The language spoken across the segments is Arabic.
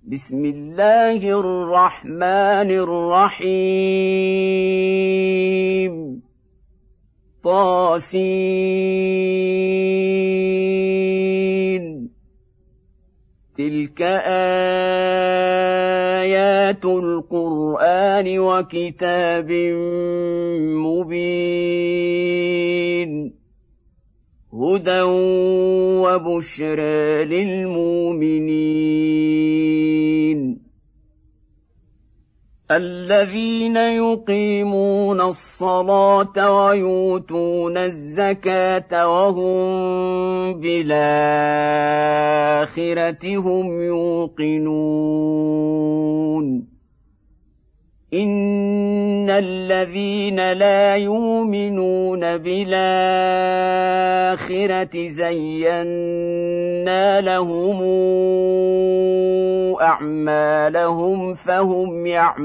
بسم الله الرحمن الرحيم طاسين تلك آيات القرآن وكتاب مبين هدى وبشرى للمؤمنين الذين يقيمون الصلاة ويؤتون الزكاة وهم بالآخرة هم يوقنون إن الذين لا يؤمنون بالآخرة زينا لهم أعمالهم فهم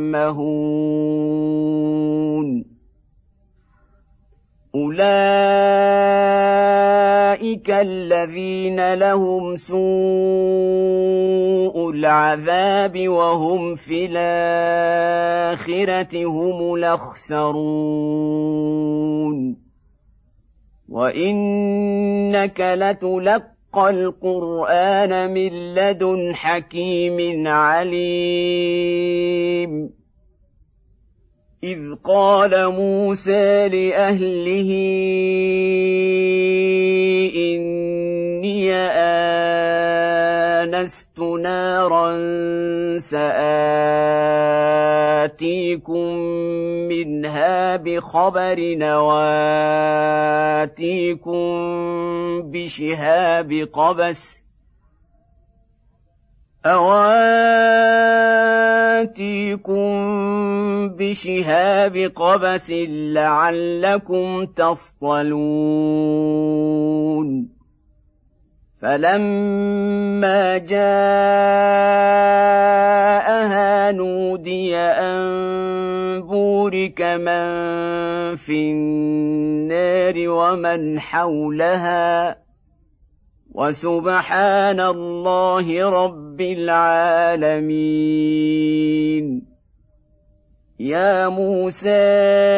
يعمهون أولئك الذين لهم سوء العذاب وهم في الآخرة هم الأخسرون وإنك لتلقى القرآن من لدن حكيم عليم إذ قال موسى لأهله إني آنست نارا سآتيكم منها بخبر أواتيكم بشهاب قبس لعلكم تصطلون فلما جاءها نودي أن بورك من في النار ومن حولها وسبحان الله رب العالمين يا موسى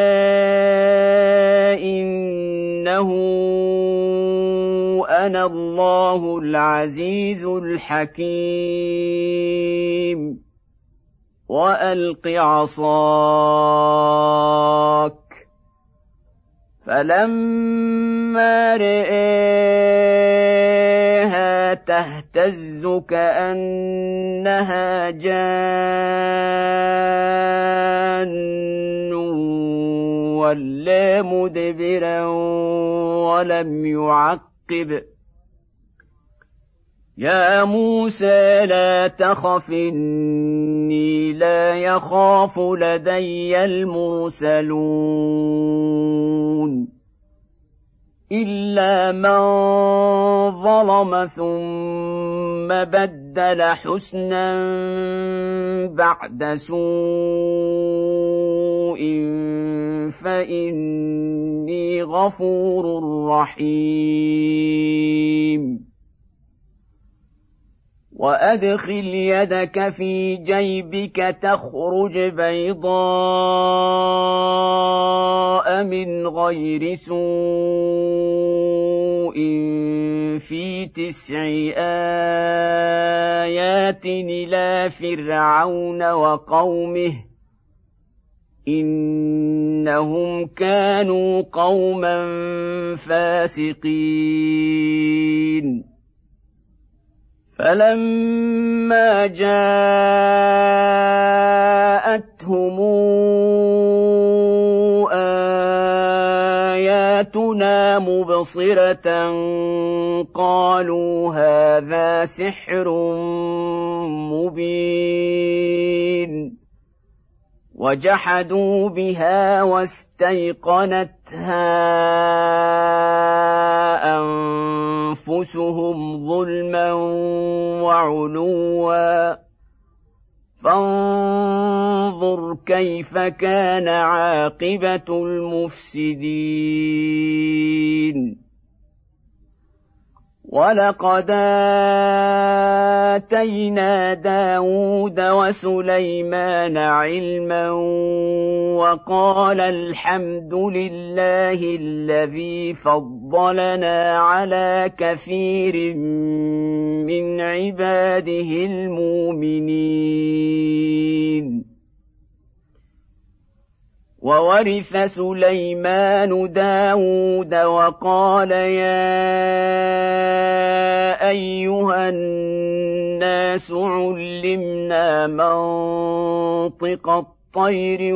إنه أنا الله العزيز الحكيم وألق عصاك فلما رآها تهتز كأنها جان ولا مدبرا ولم يعقب يا موسى لا تخف إني لا يخاف لدي المرسلون إلا من ظلم ثم بدل حسنا بعد سوء فإني غفور رحيم وأدخل يدك في جيبك تخرج بيضاء من غير سوء في 9 آيات إلى فرعون وقومه إنهم كانوا قوما فاسقين فلما جاءتهم آياتنا مبصرة قالوا هذا سحر مبين وجحدوا بها واستيقنتها أنفسهم ظلما وعلوا فانظر كيف كان عاقبة المفسدين ولقد آتينا داود وسليمان علما وقال الحمد لله الذي فضلنا على كثير من عباده المؤمنين. وورث سليمان داود وقال يا أيها الناس علمنا منطق الطير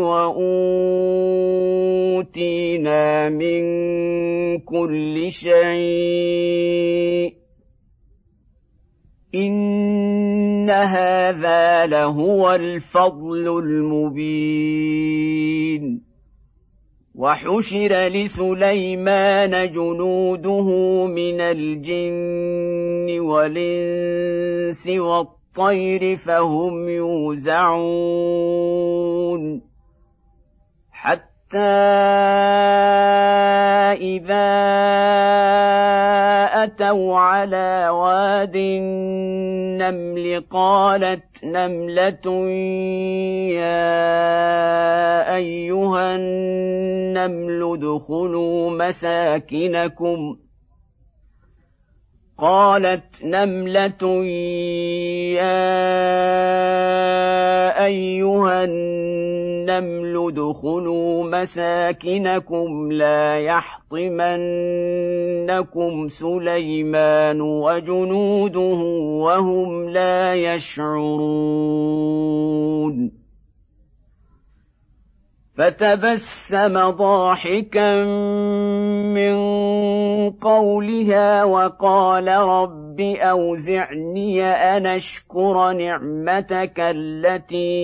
وأوتينا من كل شيء إن هذا لهو الفضل المبين. وحشر لسليمان جنوده من الجن والإنس والطير فهم يوزعون حتى إذا أتوا على واد النمل قالت نملة يا أيها النمل ادخلوا مساكنكم قالت نملة يا أيها النمل ادخلوا مساكنكم لا يحطمنكم سليمان وجنوده وهم لا يشعرون. فتبسم ضاحكا من قولها وقال رب أوزعني أن أشكر نعمتك التي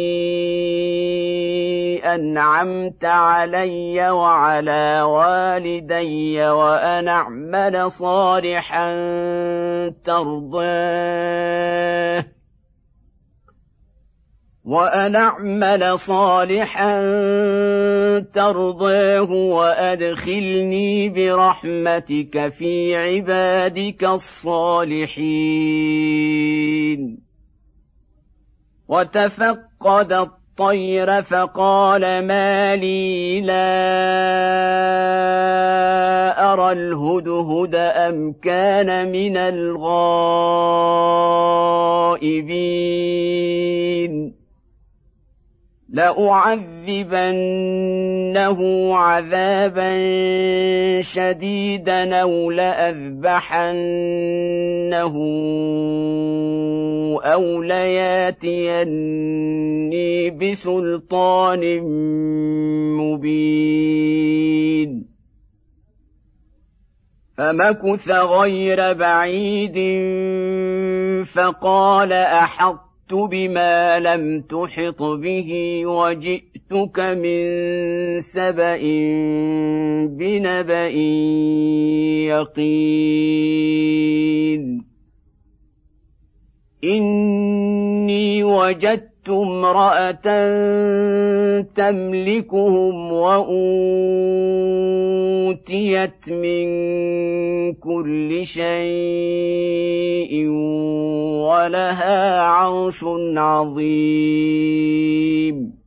أنعمت علي وعلى والدي وأن أعمل صالحا ترضاه وأدخلني برحمتك في عبادك الصالحين. وتفقد الطير فقال ما لي لا أرى الهدهد أم كان من الغائبين لأعذبنه عذابا شديدا أو لأذبحنه أو لياتيني بسلطان مبين. فمكث غير بعيد فقال أحطت بما لم تحط به وجئتك من سبأ بنبأ يقين. إني وجدت امرأة تملكهم وأوتيت من كل شيء ولها عرش عظيم.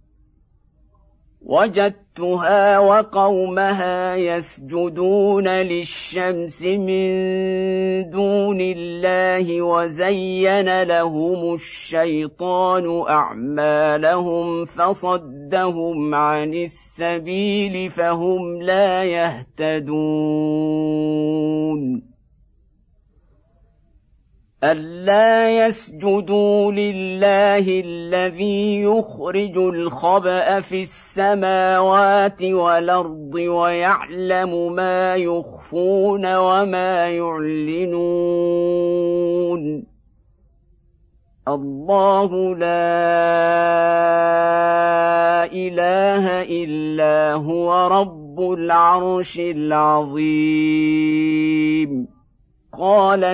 وجدتها وقومها يسجدون للشمس من دون الله وزين لهم الشيطان أعمالهم فصدهم عن السبيل فهم لا يهتدون. ألا يسجدوا لله الذي يخرج الخبأ في السماوات والأرض ويعلم ما يخفون وما يعلنون. الله لا إله إلا هو رب العرش العظيم. قال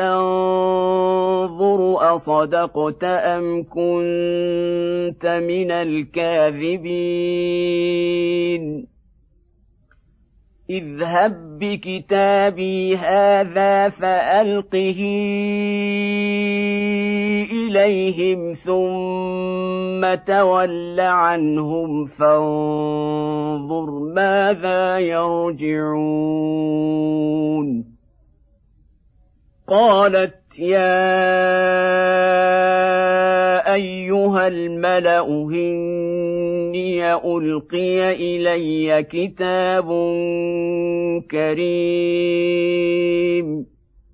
سننظر أصدقت أم كنت من الكاذبين. اذهب بكتابي هذا فألقه إليهم ثم تول عنهم فانظر ماذا يرجعون. قالت يا أيها الملأ إني ألقي إلي كتاب كريم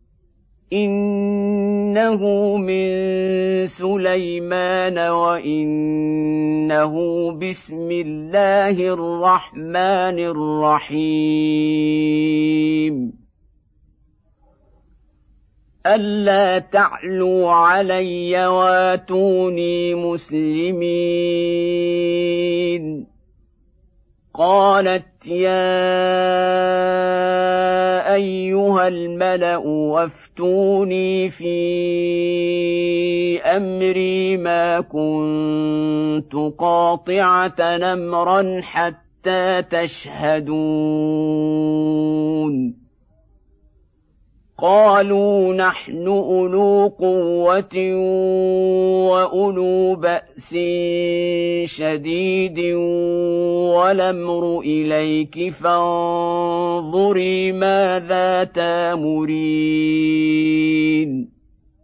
إنه من سليمان وإنه بسم الله الرحمن الرحيم ألا تعلوا علي واتوني مسلمين. قالت يا أيها الملأ وافتوني في أمري ما كنت قاطعة أمرا حتى تشهدون. قالوا نحن أولو قوة وأولو بأس شديد والأمر إليك فانظري ماذا تأمرين.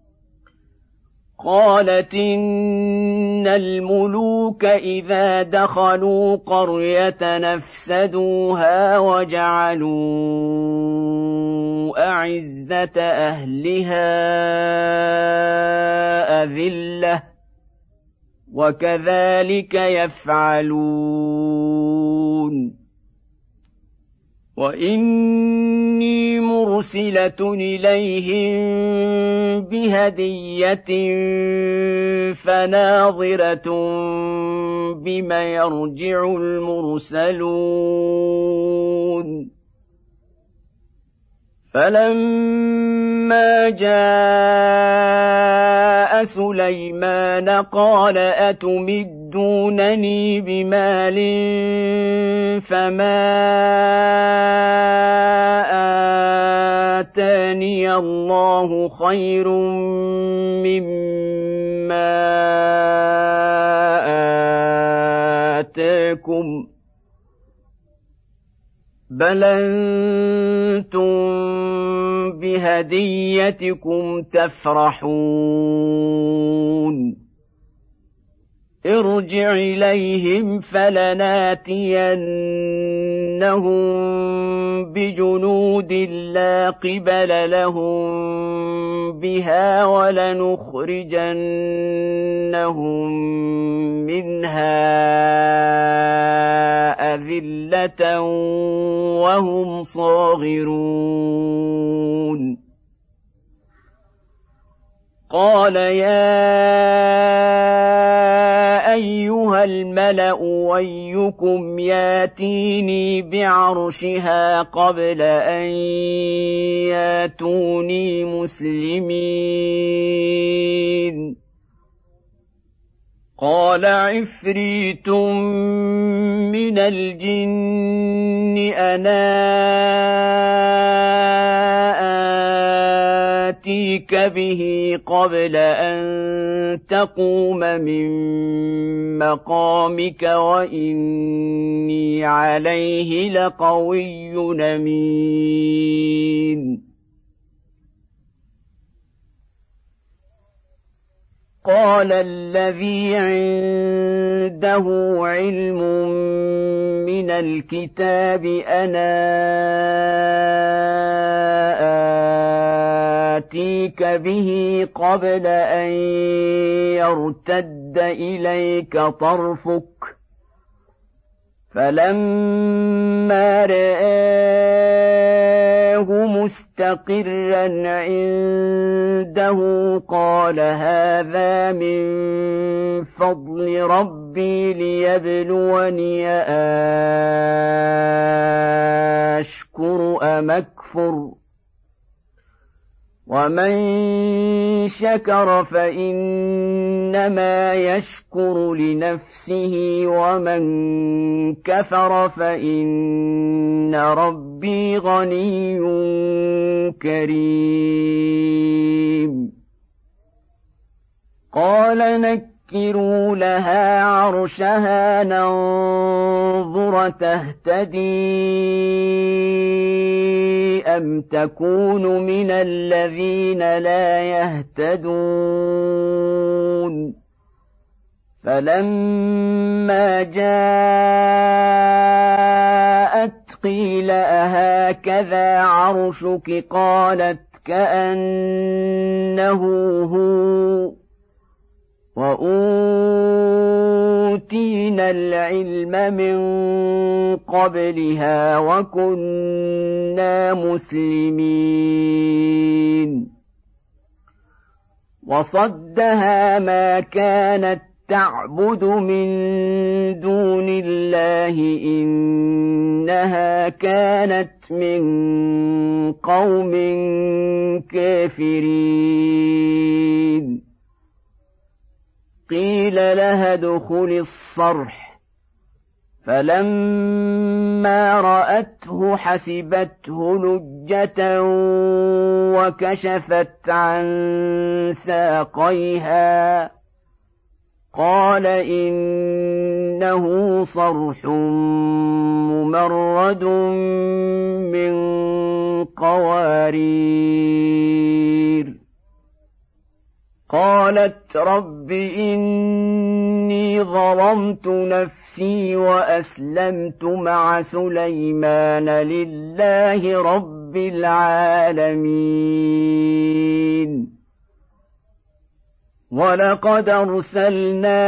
قالت إن الملوك إذا دخلوا قرية نفسدوها وجعلوا أعزة أهلها أذلة وكذلك يفعلون. وإني مرسلة إليهم بهدية فناظرة بما يرجع المرسلون. فلما جاء سليمان قال أتمدونني بمال فما آتاني الله خير مما آتاكم بل أنتم بهديتكم تفرحون. ارجع إليهم فلناتينهم بجنود لا قبل لهم بها ولنخرجنهم منها أذلة وهم صاغرون. قال يا أيها الملأ ويكم ياتيني بعرشها قبل أن ياتوني مسلمين. قال عفريت من الجن أنا آتيك به قبل أن تقوم من مقامك وإني عليه لقوي أمين. قال الذي عنده علم من الكتاب أنا آتيك به قبل أن يرتد إليك طرفك فلما رآه مستقرا عنده قال هذا من فضل ربي ليبلوني أشكر أم أكفر ومن شكر فإنما يشكر لنفسه ومن كفر فإن ربي غني كريم قال نكروا لها عرشها ننظر تهتدي أم تكون من الذين لا يهتدون فلما جاءت قيل أهكذا عرشك قالت كأنه هو وأوتينا العلم من قبلها وكنا مسلمين وصدها ما كانت تعبد من دون الله إنها كانت من قوم كافرين قيل لها ادخل الصرح فلما رأته حسبته لجة وكشفت عن ساقيها قال إنه صرح ممرد من قوارير قالت رب إني ظلمت نفسي وأسلمت مع سليمان لله رب العالمين ولقد أرسلنا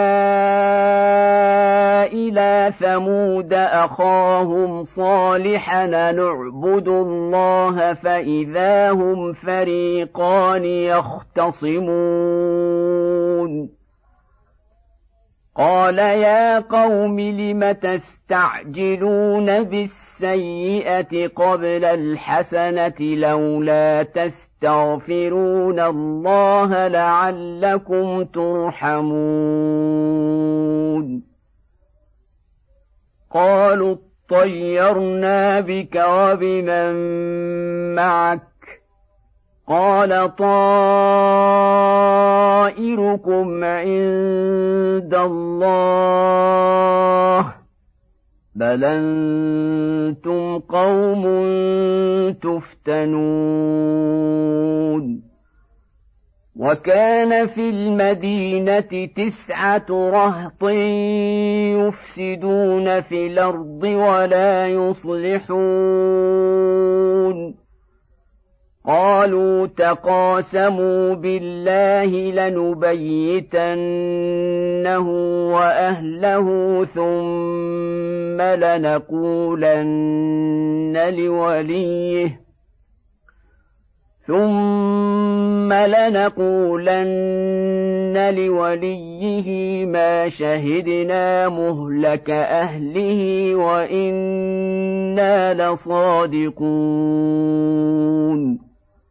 إلى ثمود أخاهم صالحا نعبد الله فإذا هم فريقان يختصمون قال يا قوم لم تستعجلون بالسيئة قبل الحسنة لولا تستغفرون الله لعلكم ترحمون قالوا اطيرنا بك وبمن معك قال طائركم عند الله بل أنتم قوم تفتنون وكان في المدينة 9 رهط يفسدون في الأرض ولا يصلحون قالوا تقاسموا بالله لنبيتنه وأهله ثم لنقولن لوليه ما شهدنا مهلك أهله وإنا لصادقون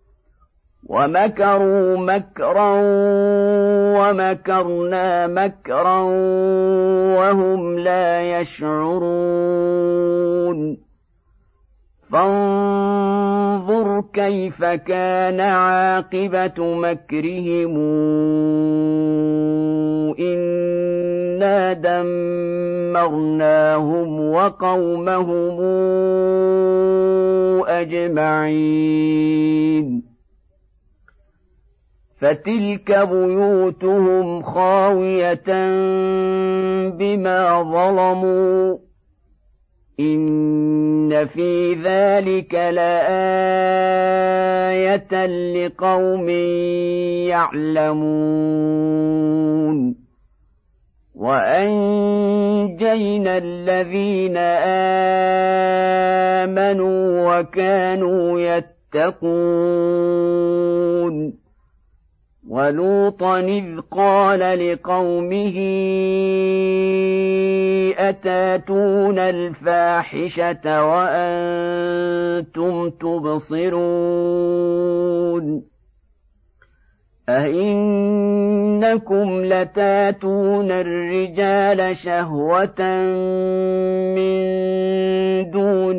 ومكروا مكرا ومكرنا مكرا وهم لا يشعرون فانظر كيف كان عاقبة مكرهم إنا دمرناهم وقومهم أجمعين فتلك بيوتهم خاوية بما ظلموا إن في ذلك لآية لقوم يعلمون وأنجينا الذين آمنوا وكانوا يتقون ولوطا إذ قال لقومه أتاتون الفاحشة وأنتم تبصرون أئنكم لتاتون الرجال شهوة من دون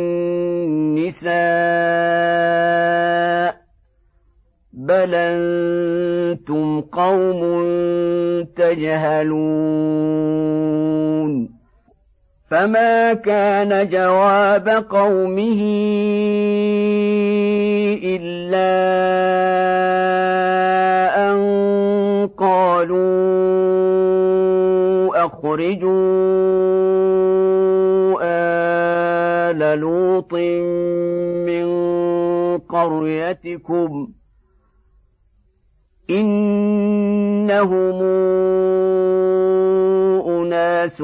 النساء بل أنتم قوم تجهلون فما كان جواب قومه إلا أن قالوا أخرجوا آل لوط من قريتكم إنهم أناس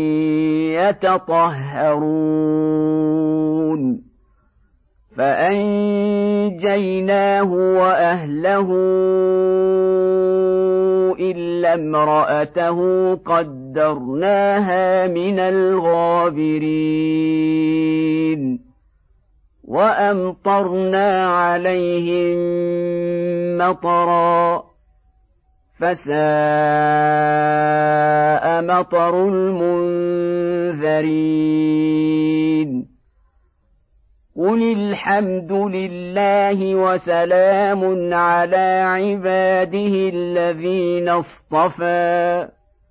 يتطهرون فأنجيناه وأهله إلا امرأته قدرناها من الغابرين وأمطرنا عليهم مطرا فساء مطر المنذرين قل الحمد لله وسلام على عباده الذين اصطفى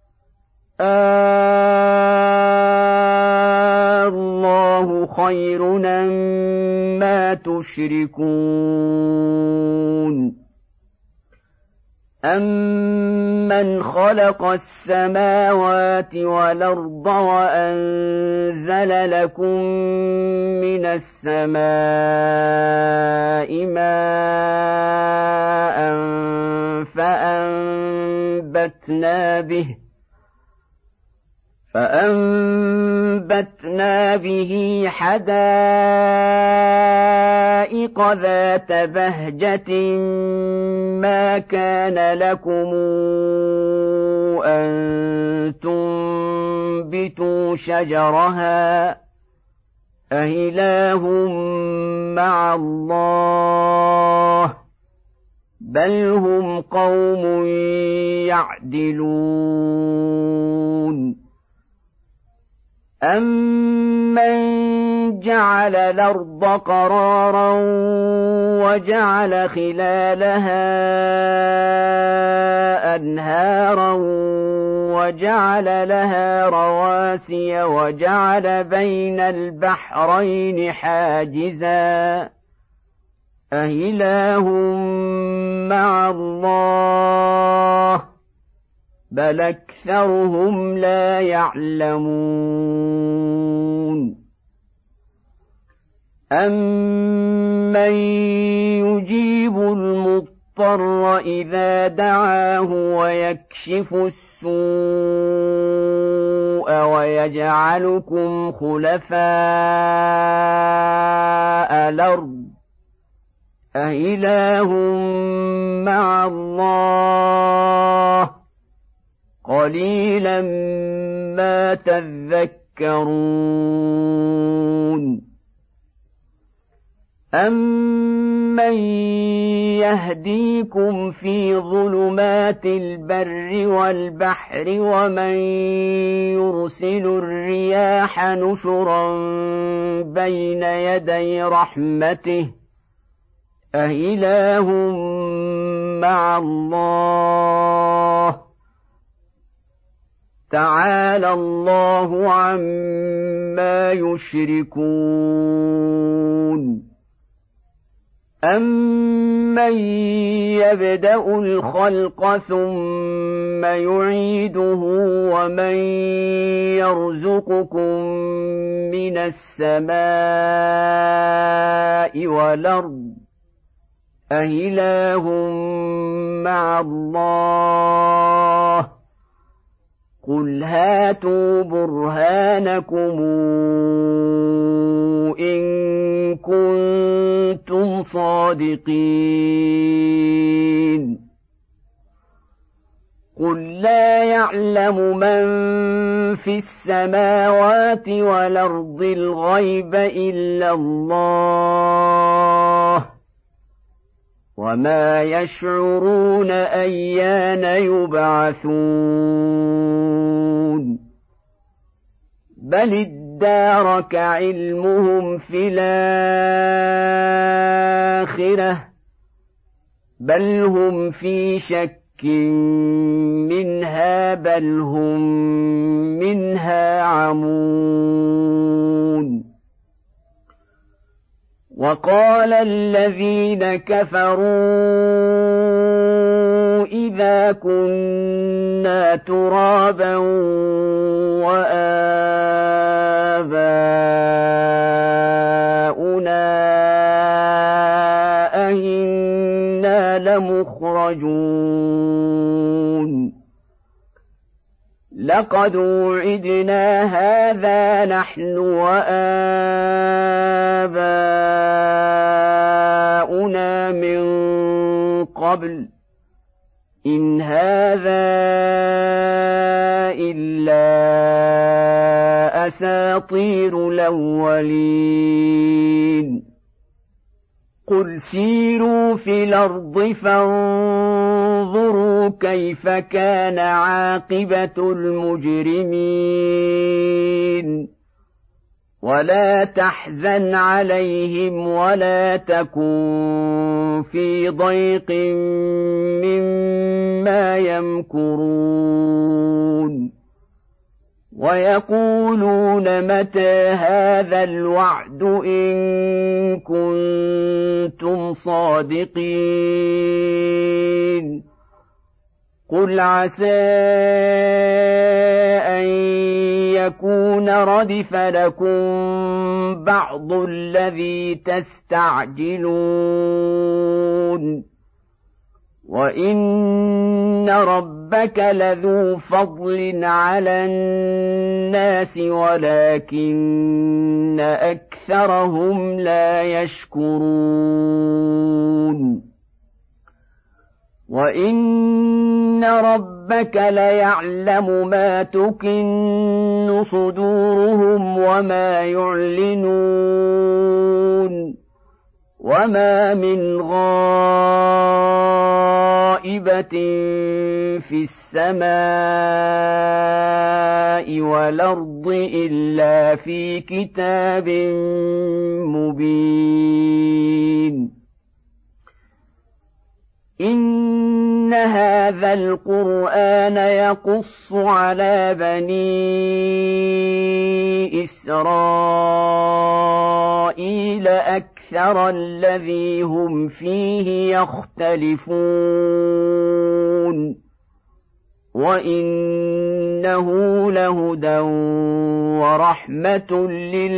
الله خير أما تشركون أَمَّنْ خَلَقَ السَّمَاوَاتِ وَالْأَرْضَ وَأَنزَلَ لَكُم مِّنَ السَّمَاءِ مَاءً فأنبتنا به حدائق ذات بهجة ما كان لكم أن تنبتوا شجرها أإله مع الله بل هم قوم يعدلون أَمَّنْ جَعَلَ الْأَرْضَ قَرَارًا وَجَعَلَ خِلَالَهَا أَنْهَارًا وَجَعَلَ لَهَا رَوَاسِيَ وَجَعَلَ بَيْنَ الْبَحْرَيْنِ حَاجِزًا أَإِلَٰهٌ مَّعَ اللَّهِ بل أكثرهم لا يعلمون أمن يجيب المضطر إذا دعاه ويكشف السوء ويجعلكم خلفاء الأرض أإله مع الله قليلا ما تذكرون أمن يهديكم في ظلمات البر والبحر ومن يرسل الرياح نشرا بين يدي رحمته أإله مع الله تعالى الله عما يشركون أمن يبدأ الخلق ثم يعيده ومن يرزقكم من السماء والأرض أإله مع الله قل هاتوا برهانكم إن كنتم صادقين قل لا يعلم من في السماوات والأرض الغيب إلا الله وما يشعرون أيان يبعثون بل ادارك علمهم في الآخرة بل هم في شك منها بل هم منها عمون وقال الذين كفروا إذا كنا ترابا وآباؤنا أئنا لمخرجون لقد وعدنا هذا نحن وآباؤنا من قبل إن هذا إلا أساطير الأولين قل سيروا في الأرض فانظروا كيف كان عاقبة المجرمين ولا تحزن عليهم ولا تكن في ضيق مما يمكرون ويقولون متى هذا الوعد إن كنتم صادقين قل عسى أن يكون ردف لكم بعض الذي تستعجلون وإن ربك لذو فضل على الناس ولكن أكثرهم لا يشكرون وإن ربك ليعلم ما تكن صدورهم وما يعلنون وما من غائبة في السماء والأرض إلا في كتاب مبين إن هذا القرآن يقص على بني إسرائيل أكثر الذي هم فيه يختلفون وإنه لهدى ورحمة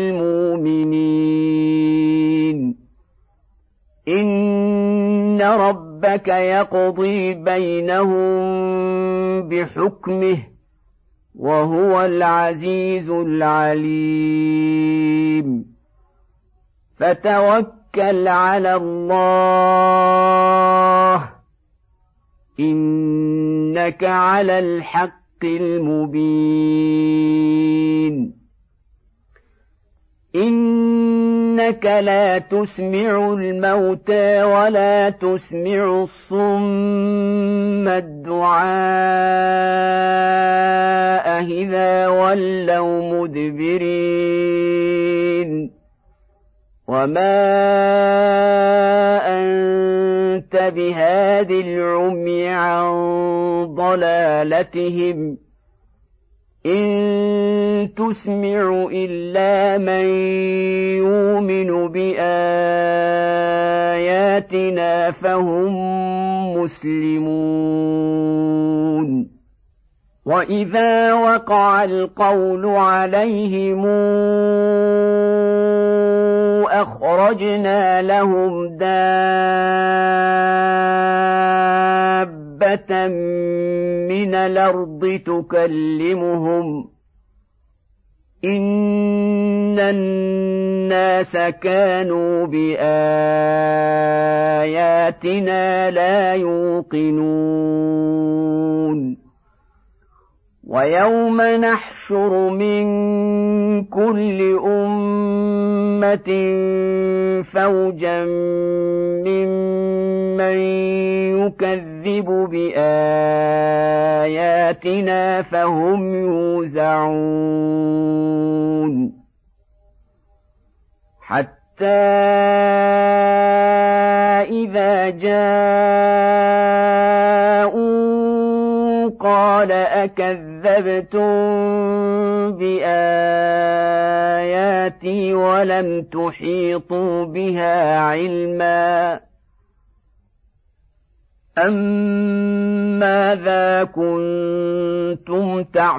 للمؤمنين إن ربك يقضي بينهم بحكمه وهو العزيز العليم فتوكل على الله إنك على الحق المبين إنك لا تسمع الموتى ولا تسمع الصم الدعاء إذا ولوا مدبرين وما أنت بهاد العمي عن ضلالتهم إن تسمع إلا من يؤمن بآياتنا فهم مسلمون وإذا وقع القول عليهم أخرجنا لهم دابة من الأرض تكلمهم إن الناس كانوا بآياتنا لا يوقنون ويوم نحشر من كل أمة فوجا ممن يكذب بآياتنا فهم يوزعون حتى إذا جاءوا قال أكذبتم بآياتي ولم تحيطوا بها علما أم ماذا كنتم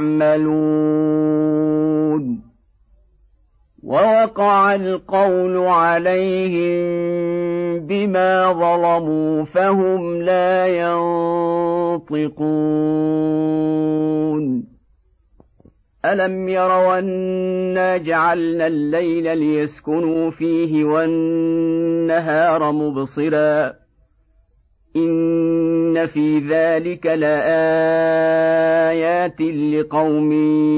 تعملون ووقع القول عليهم بما ظلموا فهم لا ينطقون ألم يروا أنا جعلنا الليل ليسكنوا فيه والنهار مبصرا إن في ذلك لآيات لقوم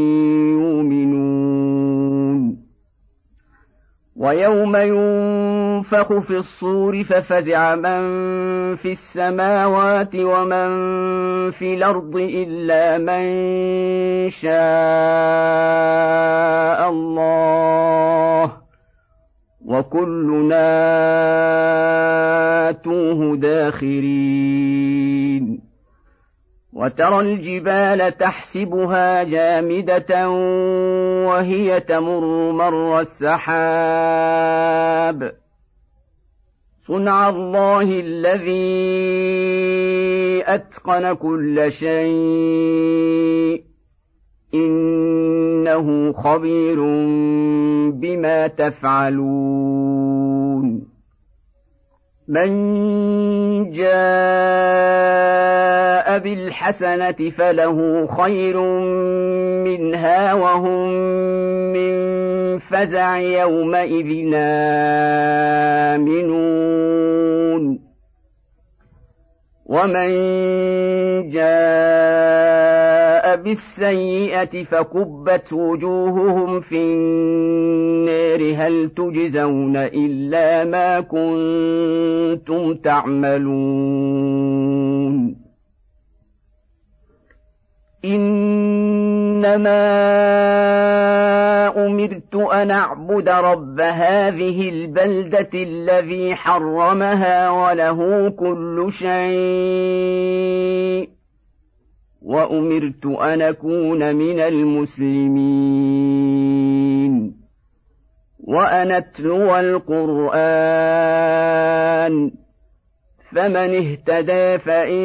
يؤمنون ويوم ينفخ في الصور ففزع من في السماوات ومن في الأرض إلا من شاء الله وكلنا آتوه داخرين وترى الجبال تحسبها جامدة وهي تمر مر السحاب صنع الله الذي أتقن كل شيء إنه خبير بما تفعلون من جاء بالحسنة فله خير منها وهم من فزع يومئذ آمنون ومن جاء بالسيئة فكبت وجوههم في النار هل تجزون إلا ما كنتم تعملون إنما أمرت أن أعبد رب هذه البلدة الذي حرمها وله كل شيء وأمرت أن أكون من المسلمين وأن أتلو القرآن فمن اهتدى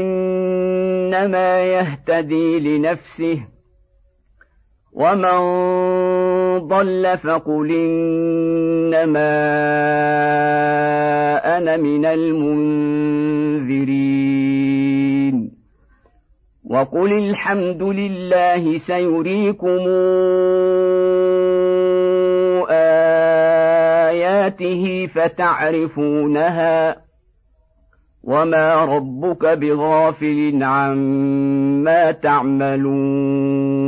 فإنما يهتدي لنفسه ومن ضل فقل إنما أنا من المنذرين وقل الحمد لله سيريكم آياته فتعرفونها وما ربك بغافل عما تعملون